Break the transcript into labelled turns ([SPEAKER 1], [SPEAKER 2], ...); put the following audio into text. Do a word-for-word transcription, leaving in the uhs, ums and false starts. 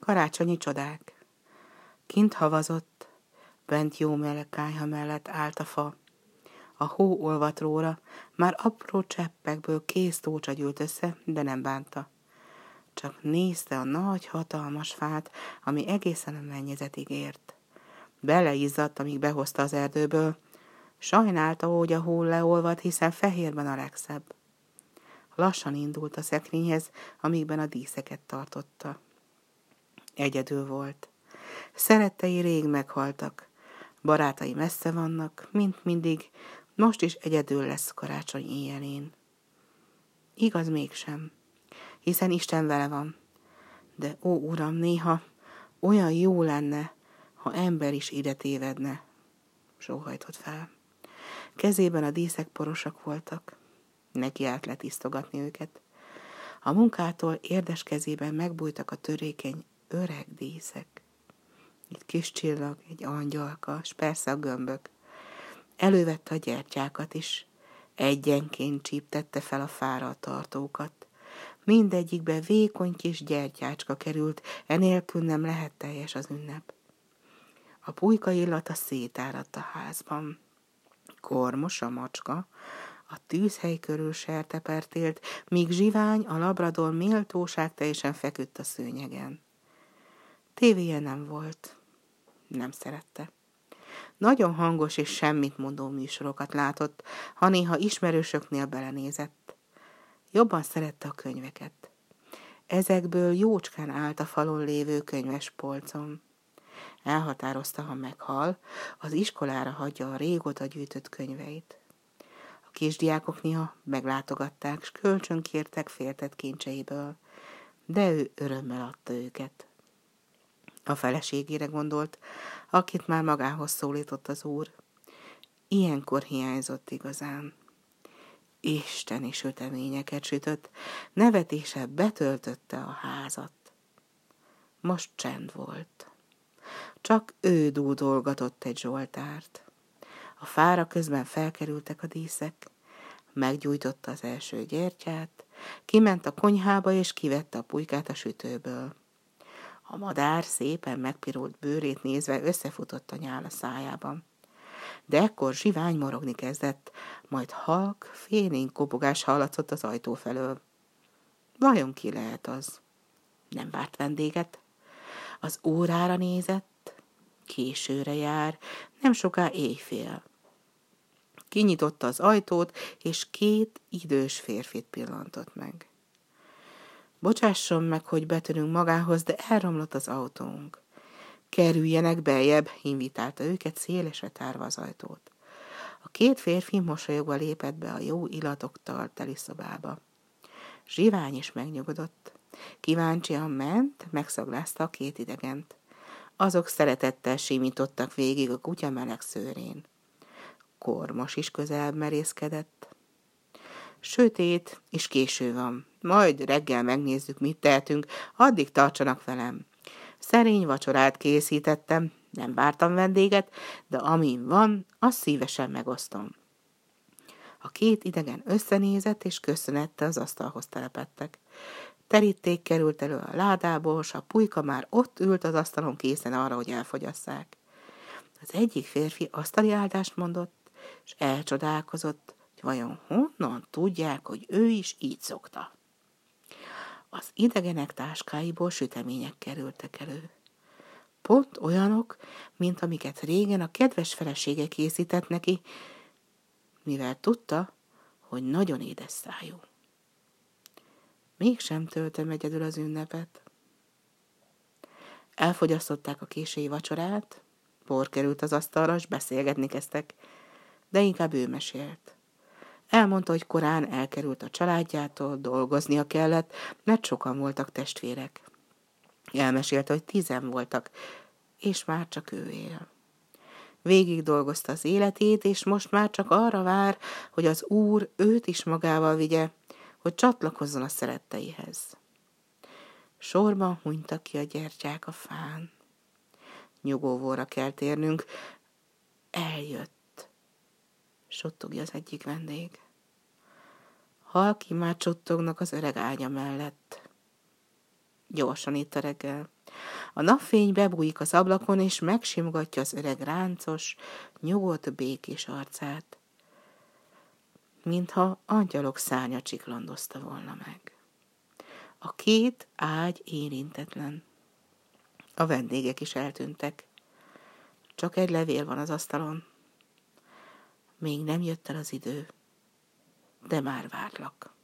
[SPEAKER 1] Karácsonyi csodák. Kint havazott, bent jó meleg kályha mellett állt a fa. A hó olvadt róla, már apró cseppekből kész tócsa gyűlt össze, de nem bánta. Csak nézte a nagy, hatalmas fát, ami egészen a mennyezetig ért. Beleizzadt, amíg behozta az erdőből. Sajnálta, hogy a hó leolvad, hiszen fehérben a legszebb. Lassan indult a szekrényhez, amikben a díszeket tartotta. Egyedül volt. Szerettei rég meghaltak. Barátai messze vannak, mint mindig, most is egyedül lesz karácsony éjjelén. Igaz mégsem, hiszen Isten vele van. De ó, Uram, néha olyan jó lenne, ha ember is ide tévedne. Sóhajtott fel. Kezében a díszek porosak voltak. Neki állt letisztogatni őket. A munkától érdes kezében megbújtak a törékeny, öreg díszek. Egy kis csillag, egy angyalka, s persze a gömbök. Elővette a gyertyákat is. Egyenként csíptette fel a fára a tartókat. Mindegyikbe vékony kis gyertyácska került, enélkül nem lehet teljes az ünnep. A pulyka illata szétáradt a házban. Kormos a macska, a tűzhely körül sertepert élt, míg Zsivány, a labrador méltóság teljesen feküdt a szőnyegen. Tévéje nem volt. Nem szerette. Nagyon hangos és semmit mondó műsorokat látott, ha néha ismerősöknél belenézett. Jobban szerette a könyveket. Ezekből jócskán állt a falon lévő könyves polcon. Elhatározta, ha meghal, az iskolára hagyja a régóta gyűjtött könyveit. A kisdiákok néha meglátogatták, s kölcsönkértek féltett kincseiből, de ő örömmel adta őket. A feleségére gondolt, akit már magához szólított az Úr. Ilyenkor hiányzott igazán. Isteni süteményeket sütött, nevetése betöltötte a házat. Most csend volt. Csak ő dúdolgatott egy zsoltárt. A fára közben felkerültek a díszek. Meggyújtotta az első gyertyát, kiment a konyhába és kivette a pulykát a sütőből. A madár szépen megpirult bőrét nézve összefutott a nyál a szájában. De ekkor Zsivány morogni kezdett, majd halk, félénk kopogás hallatszott az ajtó felől. Vajon ki lehet az? Nem várt vendéget. Az órára nézett, későre jár, nem soká éjfél. Kinyitotta az ajtót, és két idős férfit pillantott meg. Bocsásson meg, hogy betörünk magához, de elromlott az autónk. Kerüljenek beljebb, invitálta őket, szélesre tárva az ajtót. A két férfi mosolyogva lépett be a jó illatokkal teli szobába. Zsivány is megnyugodott. Kíváncsian ment, megszaglázta a két idegent. Azok szeretettel simítottak végig a kutya meleg szőrén. Kormos is közelebb merészkedett. Sötét, és késő van. Majd reggel megnézzük, mit tehetünk, addig tartsanak velem. Szerény vacsorát készítettem, nem vártam vendéget, de amin van, azt szívesen megosztom. A két idegen összenézett, és köszönette az asztalhoz telepettek. Teríték került elő a ládából, s a pulyka már ott ült az asztalon készen arra, hogy elfogyasszák. Az egyik férfi asztali áldást mondott, és elcsodálkozott, hogy vajon honnan tudják, hogy ő is így szokta. Az idegenek táskáiból sütemények kerültek elő. Pont olyanok, mint amiket régen a kedves felesége készített neki, mivel tudta, hogy nagyon édes szájú. Mégsem töltöm egyedül az ünnepet. Elfogyasztották a késői vacsorát, bor került az asztalra, s beszélgetni kezdtek, de inkább ő mesélt. Elmondta, hogy korán elkerült a családjától, dolgoznia kellett, mert sokan voltak testvérek. Elmesélte, hogy tizen voltak, és már csak ő él. Végig dolgozta az életét, és most már csak arra vár, hogy az Úr őt is magával vigye, hogy csatlakozzon a szeretteihez. Sorban hunytak ki a gyertyák a fán. Nyugovóra kell térnünk. Eljött, suttogja az egyik vendég. Halki már csuttognak az öreg ágya mellett. Gyorsan itt a reggel. A napfény bebújik az ablakon, és megsimogatja az öreg ráncos, nyugodt, békés arcát, mintha angyalok szárnya csiklandozta volna meg. A két ágy érintetlen. A vendégek is eltűntek. Csak egy levél van az asztalon. Még nem jött el az idő, de már várlak.